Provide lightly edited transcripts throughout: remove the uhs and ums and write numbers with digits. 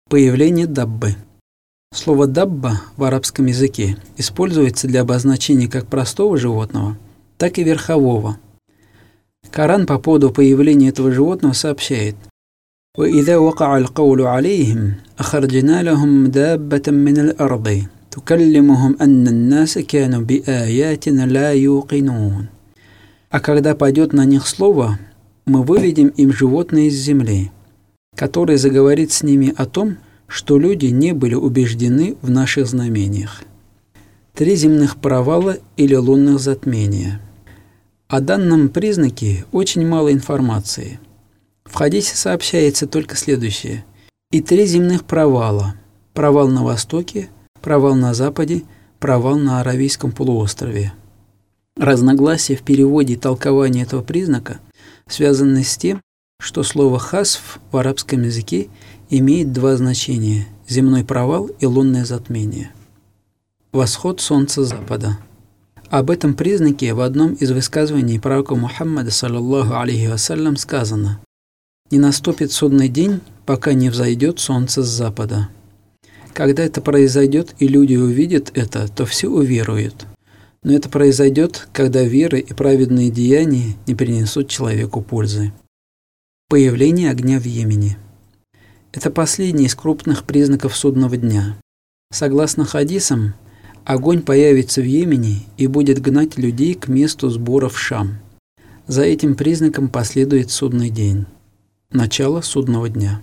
Появление даббы. Слово «дабба» в арабском языке используется для обозначения как простого животного, так и верхового. Коран по поводу появления этого животного сообщает: وَإِذَا وَقَعَ الْقَوْلُ عَلَيْهِمْ أَخْرَجْنَا لَهُمْ دَابَّةً مِّنَ الْأَرْضِ تُكَلِّمُهُمْ أَنَّ النَّاسَ كَانُوا بِآيَاتِنَا لَا يُوقِنُونَ. А когда пойдет на них слово, мы выведем им животное из земли, которое заговорит с ними о том, что люди не были убеждены в наших знамениях. 3 земных провала или лунных затмения. О данном признаке очень мало информации. В хадисе сообщается только следующее: и 3 земных провала. Провал на востоке, провал на западе, провал на Аравийском полуострове. Разногласия в переводе и толковании этого признака связаны с тем, что слово «хасф» в арабском языке имеет 2 значения – земной провал и лунное затмение. Восход солнца с запада. Об этом признаке в одном из высказываний пророка Мухаммада, саллаллаху алейхи вассалям, сказано: «Не наступит судный день, пока не взойдет солнце с запада». Когда это произойдет и люди увидят это, то все уверуют. Но это произойдет, когда вера и праведные деяния не принесут человеку пользы. Появление огня в Йемене. Это последний из крупных признаков судного дня. Согласно хадисам, огонь появится в Йемене и будет гнать людей к месту сбора в Шам. За этим признаком последует судный день. Начало судного дня.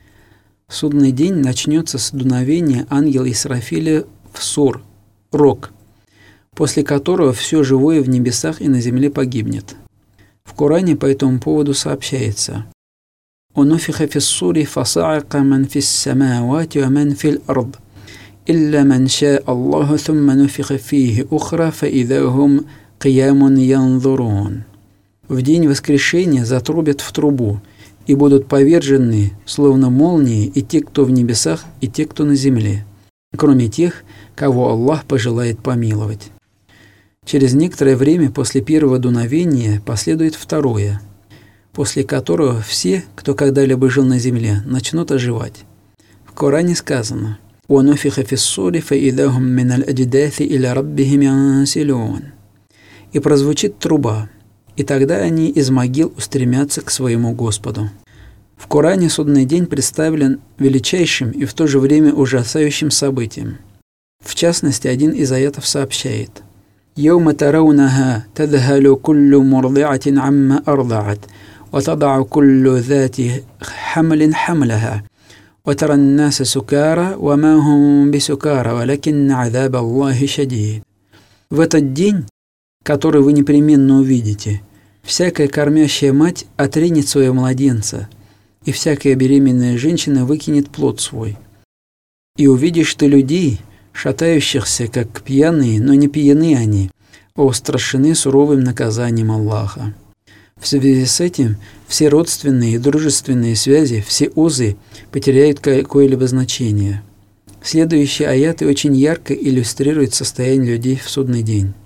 Судный день начнется с дуновения ангела Исрафиля в Сур, рог, после которого все живое в небесах и на земле погибнет. В Коране по этому поводу сообщается: «Унуфиха фиссури фаса'ака ман фиссамавати ва ман фил ард, илля ман ша Аллаху thumma нуфиха фихи ухра фаидха хум қиямун янзурун». В день воскрешения затрубят в трубу, и будут повержены, словно молнии, и те, кто в небесах, и те, кто на земле, кроме тех, кого Аллах пожелает помиловать. Через некоторое время после первого дуновения последует второе, после которого все, кто когда-либо жил на земле, начнут оживать. В Коране сказано: «Уануфиха фиссури фаидахум миналь адждаси иля раббихим янсилун». И прозвучит труба, и тогда они из могил устремятся к своему Господу. В Коране судный день представлен величайшим и в то же время ужасающим событием. В частности, один из аятов сообщает: «Йаума тараунага тадхалу куллу мурдиатин амма ардаат, ва тадау куллу зати хамлин хамлаха, ва таран наса сукара, ва ма хум бисукара, валякинна азаб Аллахи шадид». В этот день, который вы непременно увидите, всякая кормящая мать отринет своего младенца, и всякая беременная женщина выкинет плод свой. И увидишь ты людей, шатающихся, как пьяные, но не пьяны они, а устрашены суровым наказанием Аллаха. В связи с этим все родственные и дружественные связи, все узы потеряют какое-либо значение. Следующие аяты очень ярко иллюстрируют состояние людей в судный день.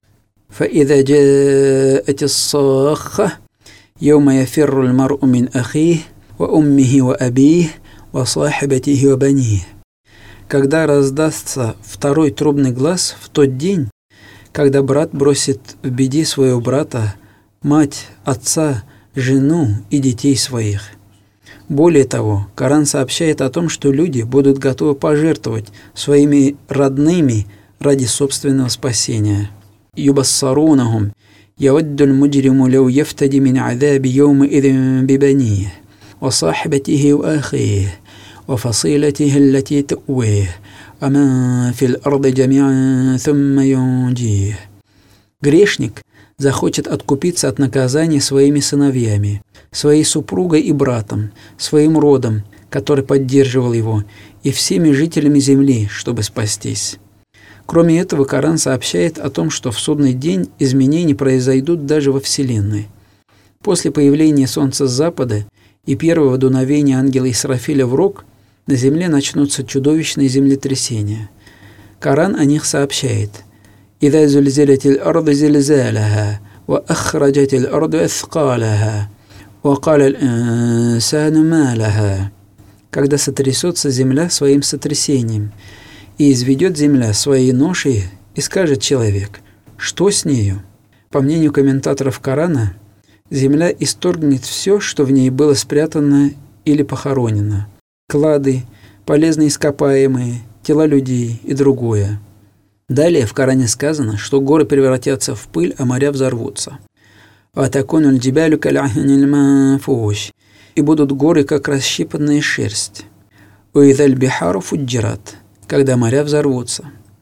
فإذا جاءت الصاخة يوم يفر المرء من أخيه وأمه وأبيه وصاحبته وبنيه. Когда раздастся второй трубный глас в тот день, когда брат бросит в беде своего брата, мать, отца, жену и детей своих. Более того, Коран сообщает о том, что люди будут готовы пожертвовать своими родными ради собственного спасения. يبصرونهم يود المجرم لو يفتدي من عذاب يومئذ ببنيه وصاحبته وأخيه وفصيلته التي تؤويه ومن في الأرض جميعا ثم ينجيه. Грешник захочет откупиться от наказания своими сыновьями, своей супругой и братом, своим родом, который поддерживал его, и всеми жителями земли, чтобы спастись. Кроме этого, Коран сообщает о том, что в судный день изменения произойдут даже во Вселенной. После появления Солнца с запада и первого дуновения ангела Исрафиля в рог на земле начнутся чудовищные землетрясения. Коран о них сообщает: «Иза зульзилатил арду зильзалаха, ва ахраджатил арду аthqalaha, ва каля аль-инсану ма лаха». когда сотрясется земля своим сотрясением, и изведет земля своей ношей, и скажет человек: что с нею? По мнению комментаторов Корана, земля исторгнет все, что в ней было спрятано или похоронено: клады, полезные ископаемые, тела людей и другое. Далее в Коране сказано, что горы превратятся в пыль, а моря взорвутся. «Ватакунуль джибалю каляхниль мафуш», и будут горы, как расщипанная шерсть. «Уидаль бихару фуджират», когда моря взорвутся.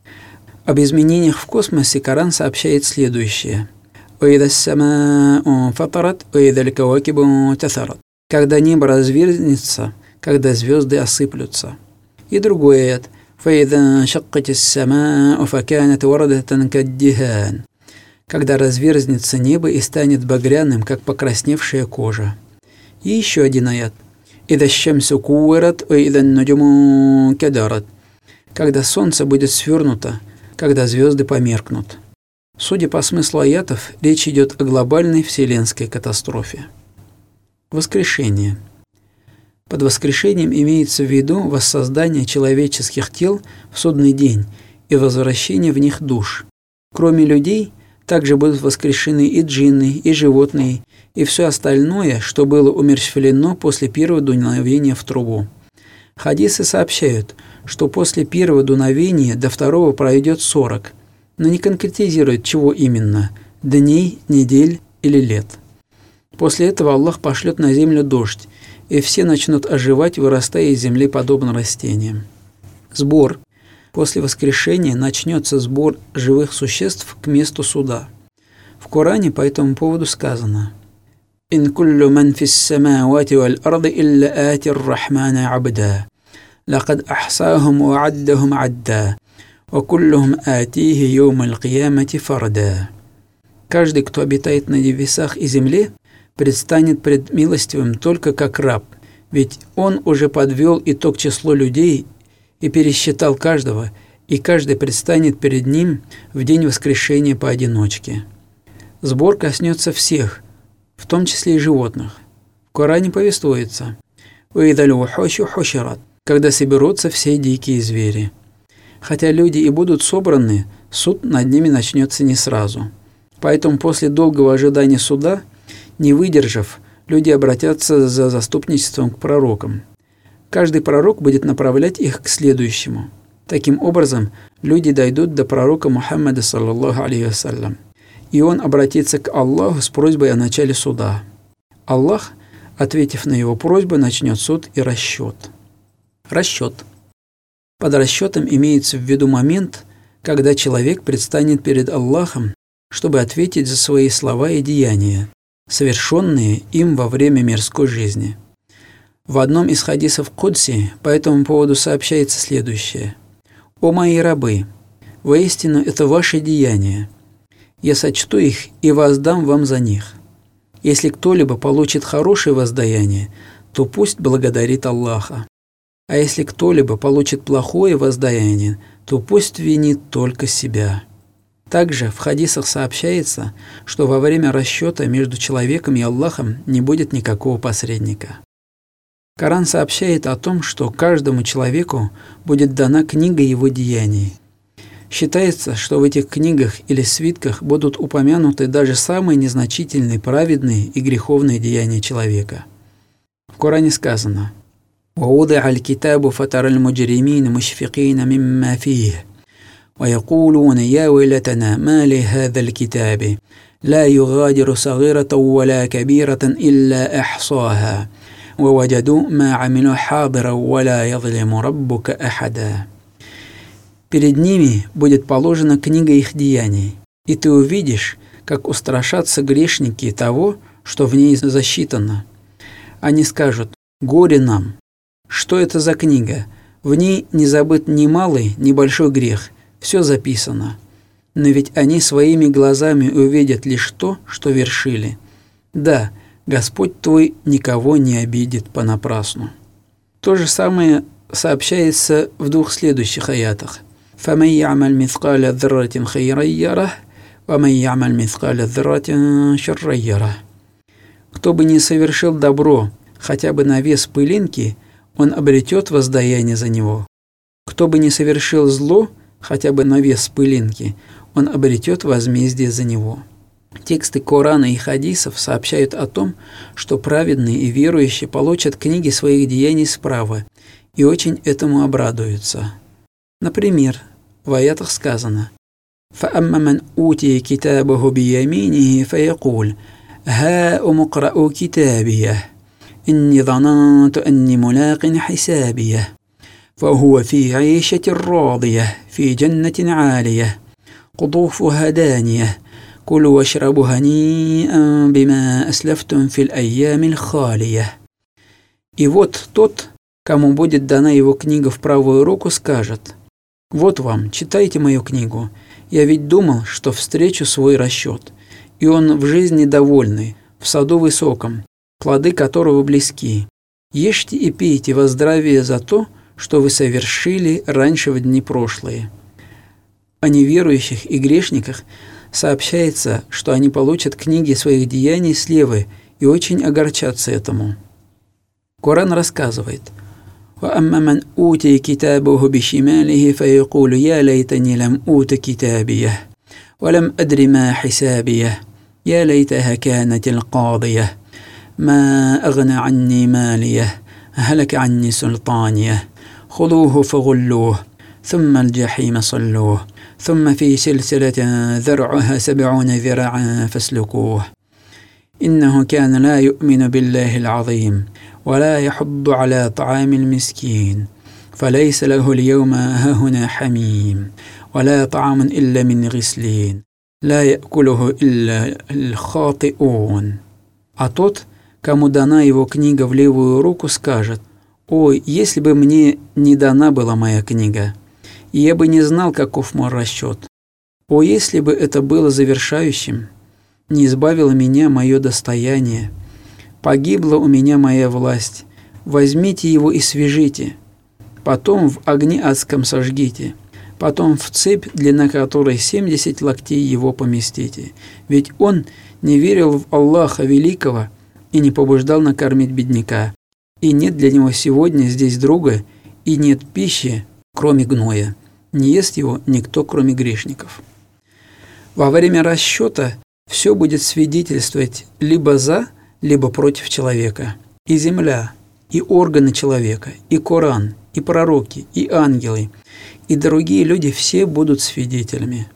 Об изменениях в космосе Коран сообщает следующее: «Уидаль самау фатарат, уидаль кавакибу татарат», когда небо разверзнется, когда звезды осыплются. И другой аят: «Фаида шаккатис самау факанат вардатан каддихан», когда разверзнется небо и станет багряным, как покрасневшая кожа. И еще один аят: «Ида щамсу куварат, ида нуджуму кадарат», когда солнце будет свернуто, когда звезды померкнут. Судя по смыслу аятов, речь идет о глобальной вселенской катастрофе. Воскрешение. Под воскрешением имеется в виду воссоздание человеческих тел в судный день и возвращение в них душ. Кроме людей, также будут воскрешены и джинны, и животные, и все остальное, что было умерщвлено после первого дуновения в трубу. Хадисы сообщают, что после первого дуновения до второго пройдет 40, но не конкретизируют, чего именно – дней, недель или лет. После этого Аллах пошлет на землю дождь, и все начнут оживать, вырастая из земли подобно растениям. Сбор. После воскрешения начнется сбор живых существ к месту суда. В Коране по этому поводу сказано: «Ин куллю ман фис самавати валь арды илля ати ар-рахмана абда, лакад ахсахум ва аддахум адда, ва куллюхум атихи йоумаль киямати фарда». Каждый, кто обитает на небесах и земле, предстанет пред милостивым только как раб, ведь он уже подвел итог числу людей и пересчитал каждого, и каждый предстанет перед ним в день воскрешения поодиночке. Сбор коснется всех, в том числе и животных. В Коране повествуется: «Уидаль ухоши хушират», когда соберутся все дикие звери. Хотя люди и будут собраны, суд над ними начнется не сразу. Поэтому после долгого ожидания суда, не выдержав, люди обратятся за заступничеством к пророкам. Каждый пророк будет направлять их к следующему. Таким образом, люди дойдут до пророка Мухаммада, саллаллаху алейхи вассалям, и он обратится к Аллаху с просьбой о начале суда. Аллах, ответив на его просьбу, начнет суд и расчет. Расчет. Под расчетом имеется в виду момент, когда человек предстанет перед Аллахом, чтобы ответить за свои слова и деяния, совершенные им во время мирской жизни. В одном из хадисов Кудси по этому поводу сообщается следующее: «О мои рабы, воистину это ваши деяния. Я сочту их и воздам вам за них. Если кто-либо получит хорошее воздаяние, то пусть благодарит Аллаха. А если кто-либо получит плохое воздаяние, то пусть винит только себя». Также в хадисах сообщается, что во время расчета между человеком и Аллахом не будет никакого посредника. Коран сообщает о том, что каждому человеку будет дана книга его деяний. Считается, что в этих книгах или свитках будут упомянуты даже самые незначительные праведные и греховные деяния человека. В Коране сказано: «Вауди'а аль-китабу фатара аль-муджримина мушфикина мимма фих, ويقولون يا ويلتنا ما لهذا الكتاب لا يغادر صغيرة ولا كبيرة إلا أحصاها ووجدوا ما عملوا حاضرا ولا يظلم ربك أحدا». Перед ними будет положена книга их деяний, и ты увидишь, как устрашатся грешники того, что в ней засчитано. Они скажут: «Горе нам! Что это за книга? В ней не забыт ни малый, ни большой грех. Все записано. Но ведь они своими глазами увидят лишь то, что вершили. Да, Господь твой никого не обидит понапрасну». То же самое сообщается в двух следующих аятах. «Фаман я'маль мithqаля дзарратин хайран ярах, ва ман я'маль мithqаля дзарратин шарран ярах». Кто бы ни совершил добро хотя бы на вес пылинки, он обретет воздаяние за него. Кто бы ни совершил зло, хотя бы на вес пылинки, он обретет возмездие за него. Тексты Корана и хадисов сообщают о том, что праведные и верующие получат книги своих деяний справа и очень этому обрадуются. Например, в аятах сказано: فَأَمَّا مَنْ أُوتِيَ كِتَابَهُ بِيَمِينِهِ فَيَقُولُ هَاؤُمُ اقْرَءُوا كِتَابِيَهْ إِنِّي ظَنَنتُ أَنِّي مُلَاقٍ حِسَابِيَهْ فَهُوَ فِي عِيشَةٍ رَاضِيَةٍ في جنة عالية قطوفها دانية كلوا واشربوا هنيئا بما أسلفتم في الأيام الخالية. И вот тот, кому будет дана его книга в правую руку, скажет: «Вот вам, читайте мою книгу. Я ведь думал, что встречу свой расчет, и он в жизни довольный, в саду высоком, плоды которого близки. Ешьте и пейте во здравие за то, что вы совершили раньше в дни прошлые». О неверующих и грешниках сообщается, что они получат книги своих деяний слева и очень огорчатся этому. Коран рассказывает: وَأَمَّا مَنْ أُوتِيَ كِتَابَهُ بِشِمَالِهِ فَيَقُولُ يَا لَيْتَنِي لَمْ أُوتَ كِتَابِيَهْ وَلَمْ أَدْرِ مَا حِسَابِيَهْ يَا لَيْتَهَا كَانَتِ الْقَاضِيَةَ مَا أَغْنَى عَنِّي مَالِيَهْ هَلَكَ عَنِّي سُلْطَانِيَهْ خُذُوهُ فَغُلُّوهُ ثُمَّ الْجَحِيمَ صَلُّوهُ ثم في سلسلة ذرعها 70 ذراعا فاسلكوه إنه كان لا يؤمن بالله العظيم ولا يحض على طعام المسكين فليس له اليوم هاهنا حميم ولا طعام إلا من غسلين لا يأكله إلا الخاطئون. А тот, кому дана его книга в левую руку, скажет: «Ой, если бы мне не дана была моя книга, и я бы не знал, каков мой расчет. О, если бы это было завершающим, не избавило меня мое достояние, погибла у меня моя власть, возьмите его и свяжите, потом в огне адском сожгите, потом в цепь, длина которой 70 локтей его поместите, ведь он не верил в Аллаха Великого и не побуждал накормить бедняка, и нет для него сегодня здесь друга, и нет пищи, кроме гноя. Не ест его никто, кроме грешников». Во время расчета все будет свидетельствовать либо за, либо против человека. И земля, и органы человека, и Коран, и пророки, и ангелы, и другие люди все будут свидетелями.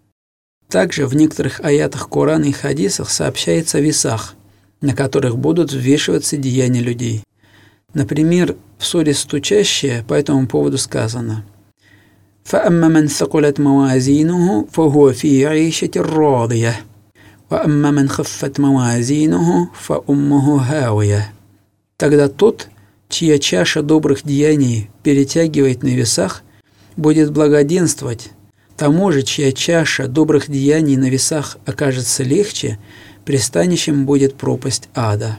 Также в некоторых аятах Корана и хадисах сообщается о весах, на которых будут взвешиваться деяния людей. Например, в суре «Стучащая» по этому поводу сказано: فَأَمَّا مَنْ ثَقُلَتْ مَوَازِينُهُ فَهُوَ فِي عِيشَةٍ رَاضِيَةٍ وَأَمَّا مَنْ خَفَّتْ مَوَازِينُهُ فَأُمُّهُ هَاوِيَةٌ. Тогда тот, чья чаша добрых деяний перетягивает на весах, будет благоденствовать. Тому же, чья чаша добрых деяний на весах окажется легче, пристанищем будет пропасть ада.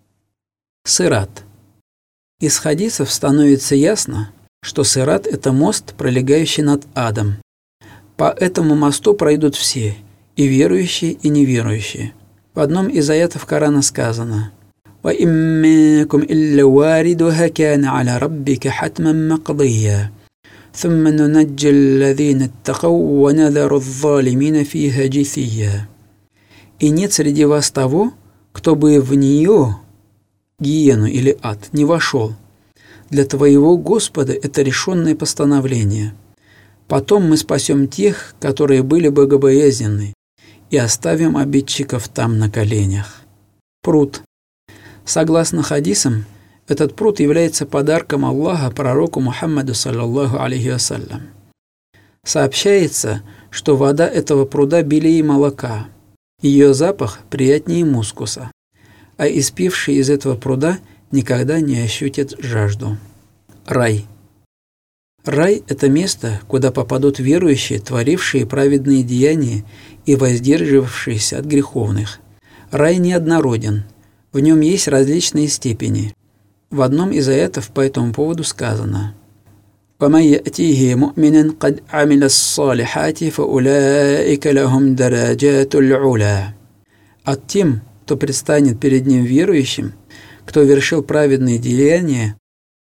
Сират. Из хадисов становится ясно, что сират – это мост, пролегающий над адом. По этому мосту пройдут все, и верующие, и неверующие. В одном из аятов Корана сказано: وَإِن مِّنكُمْ إِلَّا وَارِدُهَا كَانَ عَلَى رَبِّكَ حَتْمًا مَّقْضِيًّا ثُمَّ نُنَجِّي الَّذِينَ اتَّقَوْا وَنَذَرُ الظَّالِمِينَ فِيهَا جِثِيًّا. И нет среди вас того, кто бы в нее, гиену или ад, не вошел. Для твоего Господа это решенное постановление. Потом мы спасем тех, которые были богобоязненны, и оставим обидчиков там на коленях. Пруд. Согласно хадисам, этот пруд является подарком Аллаха пророку Мухаммаду саллаллаху алейхи вассалям. Сообщается, что вода этого пруда белее молока, ее запах приятнее мускуса, а испивший из этого пруда никогда не ощутит жажду. Рай. Рай – это место, куда попадут верующие, творившие праведные деяния и воздерживавшиеся от греховных. Рай неоднороден, в нем есть различные степени. В одном из аятов по этому поводу сказано: وَمَنْ يَأْتِيهِ مُؤْمِنًا قَدْ عَمِلَ الصَّالِحَاتِ فَأُولَٰئِكَ لَهُمْ دَرَجَاتُ الْعُلَىٰ. А тем, кто предстанет перед ним верующим, кто вершил праведные деяния,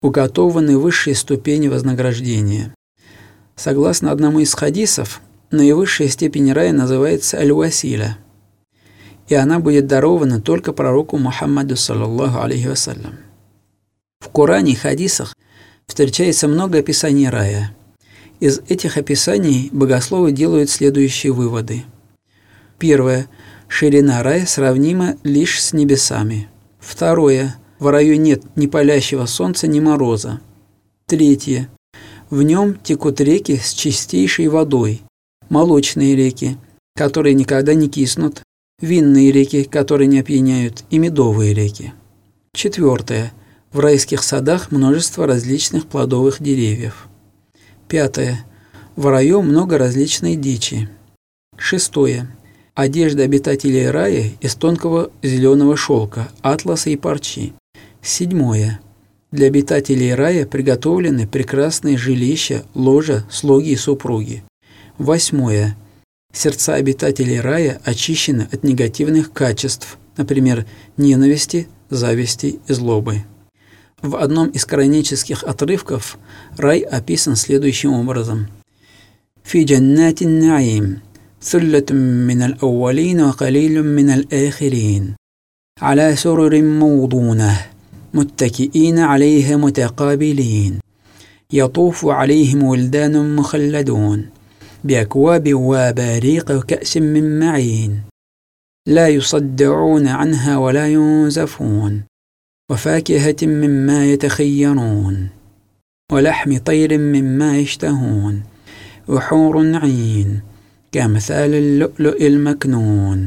уготованы высшие ступени вознаграждения. Согласно одному из хадисов, наивысшая степень рая называется аль-василя, и она будет дарована только пророку Мухаммаду саллаллаху алейхи вассалям. В Коране и хадисах встречается много описаний рая. Из этих описаний богословы делают следующие выводы. Первое. Ширина рая сравнима лишь с небесами. Второе. В раю нет ни палящего солнца, ни мороза. Третье. В нем текут реки с чистейшей водой, молочные реки, которые никогда не киснут, винные реки, которые не опьяняют, и медовые реки. Четвертое. В райских садах множество различных плодовых деревьев. Пятое. В раю много различной дичи. Шестое. Одежда обитателей рая из тонкого зеленого шелка, атласа и парчи. Седьмое. Для обитателей рая приготовлены прекрасные жилища, ложа, слуги и супруги. Восьмое. Сердца обитателей рая очищены от негативных качеств, например, ненависти, зависти и злобы. В одном из коранических отрывков рай описан следующим образом. «Фи джаннатин наим, суллатун миналь аувалин ва калилун миналь ахирин, аля сурурин маудунах, متكئين عليها متقابلين يطوف عليهم ولدان مخلدون بأكواب واباريق وكأس من معين لا يصدعون عنها ولا ينزفون وفاكهة مما يتخيرون ولحم طير مما يشتهون وحور عين كأمثال اللؤلؤ المكنون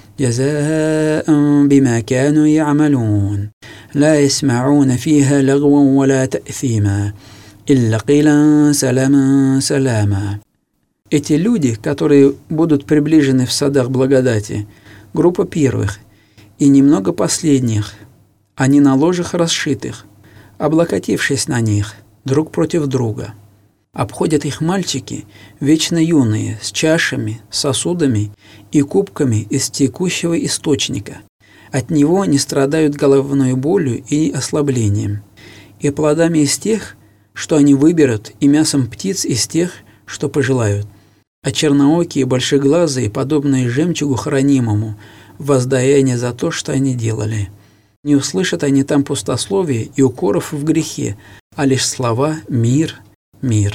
جزاء بما كانوا يعملون لا يسمعون فيها لغوا ولا تأثيما إلا قيلا سلاما سلاما». Эти люди, которые будут приближены в садах благодати, группа первых и немного последних, они на ложах расшитых, облокотившись на них друг против друга. Обходят их мальчики, вечно юные, с чашами, сосудами и кубками из текущего источника. От него не страдают головной болью и ослаблением, и плодами из тех, что они выберут, и мясом птиц из тех, что пожелают. А черноокие, большеглазые, подобные жемчугу хранимому, воздаяние за то, что они делали. Не услышат они там пустословия и укоров в грехе, а лишь слова «мир, мир».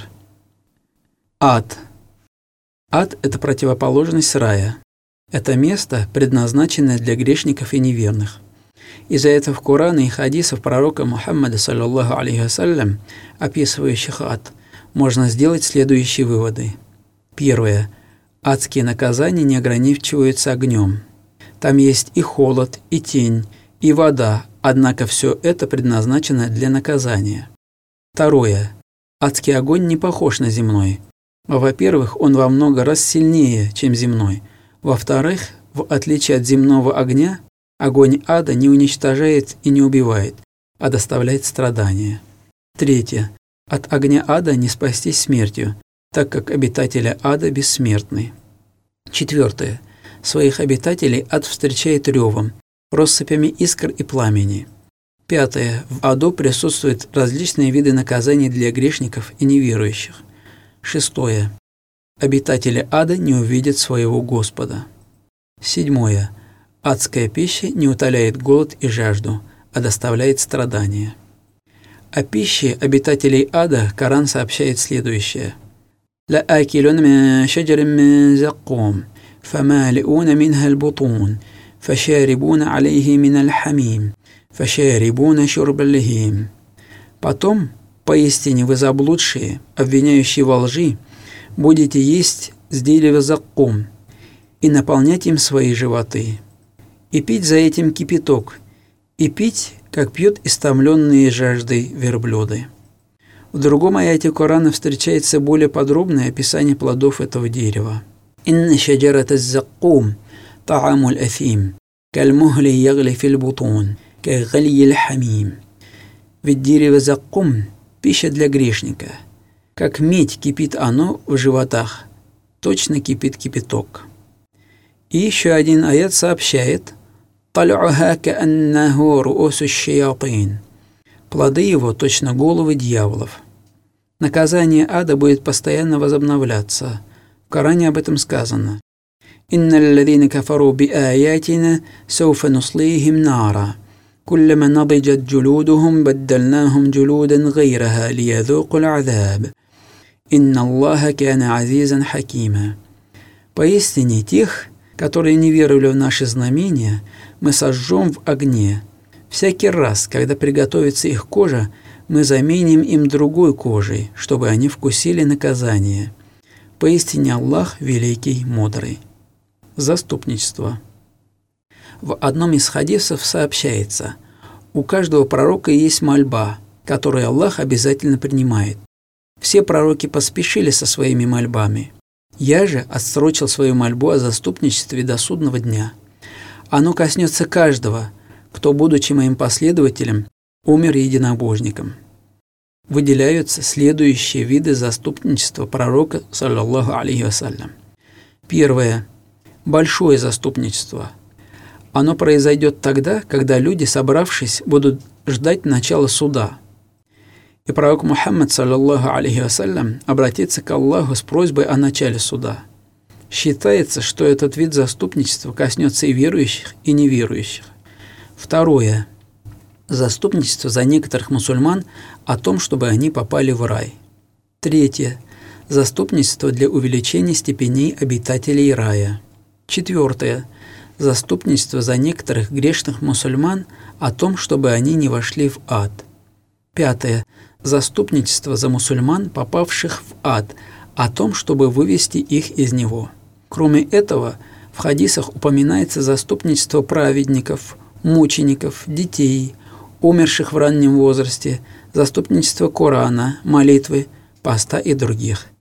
Ад. Ад – это противоположность рая. Это место, предназначенное для грешников и неверных. Из-за этого в Коране и хадисах пророка Мухаммада, саллаллаху алейхи вассалям, описывающих ад, можно сделать следующие выводы. Первое. Адские наказания не ограничиваются огнем. Там есть и холод, и тень, и вода, однако все это предназначено для наказания. Второе. Адский огонь не похож на земной. Во-первых, он во много раз сильнее, чем земной. Во-вторых, в отличие от земного огня, огонь ада не уничтожает и не убивает, а доставляет страдания. Третье. От огня ада не спастись смертью, так как обитатели ада бессмертны. Четвертое. Своих обитателей ад встречает ревом, россыпями искр и пламени. Пятое. В аду присутствуют различные виды наказаний для грешников и неверующих. Шестое. Обитатели ада не увидят своего Господа. Седьмое. Адская пища не утоляет голод и жажду, а доставляет страдания. О пище обитателей ада Коран сообщает следующее. لآكلون من شجر من زقوم فمالئون منها البطون فشاربون عليه من الحميم فشاربون شرب اللهيم. Потом, поистине вы заблудшие, обвиняющие во лжи, будете есть с дерева заккум и наполнять им свои животы, и пить за этим кипяток, и пить, как пьют истомленные жаждой верблюды. В другом аяте Корана встречается более подробное описание плодов этого дерева. «Инна шаджарат аз-заккум та'аму аль-афим, каль-мухли ягли фил-бутун, кагальи аль-хамим». Ведь дерево заккум – пища для грешника. Как медь кипит оно в животах, точно кипит кипяток. И еще один аят сообщает «Тал'уха ка'аннаху ру'усу ш-шаятин». Плоды его точно головы дьяволов. Наказание ада будет постоянно возобновляться. В Коране об этом сказано. «Инна алладhina кафару би аятина сауфа нуслихим нара. Куллама надиджат джулудухум баддальнахум джулудан гайраха лиядуку ал'азаб. Инна Аллаха кана азизан хакима». Поистине тех, которые не веровали в наши знамения, мы сожжем в огне. Всякий раз, когда приготовится их кожа, мы заменим им другой кожей, чтобы они вкусили наказание. Поистине Аллах великий, мудрый. Заступничество. В одном из хадисов сообщается: у каждого пророка есть мольба, которую Аллах обязательно принимает. Все пророки поспешили со своими мольбами. Я же отсрочил свою мольбу о заступничестве до судного дня. Оно коснется каждого, кто, будучи моим последователем, умер единобожником. Выделяются следующие виды заступничества пророка, саллаллаху алейхи вассалям. Первое. Большое заступничество. Оно произойдет тогда, когда люди, собравшись, будут ждать начала суда. И пророк Мухаммад, саллаллаху алейхи вассалям, обратится к Аллаху с просьбой о начале суда. Считается, что этот вид заступничества коснется и верующих, и неверующих. Второе. Заступничество за некоторых мусульман о том, чтобы они попали в рай. Третье. Заступничество для увеличения степеней обитателей рая. Четвертое. Заступничество за некоторых грешных мусульман о том, чтобы они не вошли в ад. Пятое. Заступничество за мусульман, попавших в ад, о том, чтобы вывести их из него. Кроме этого, в хадисах упоминается заступничество праведников, мучеников, детей, умерших в раннем возрасте, заступничество Корана, молитвы, поста и других.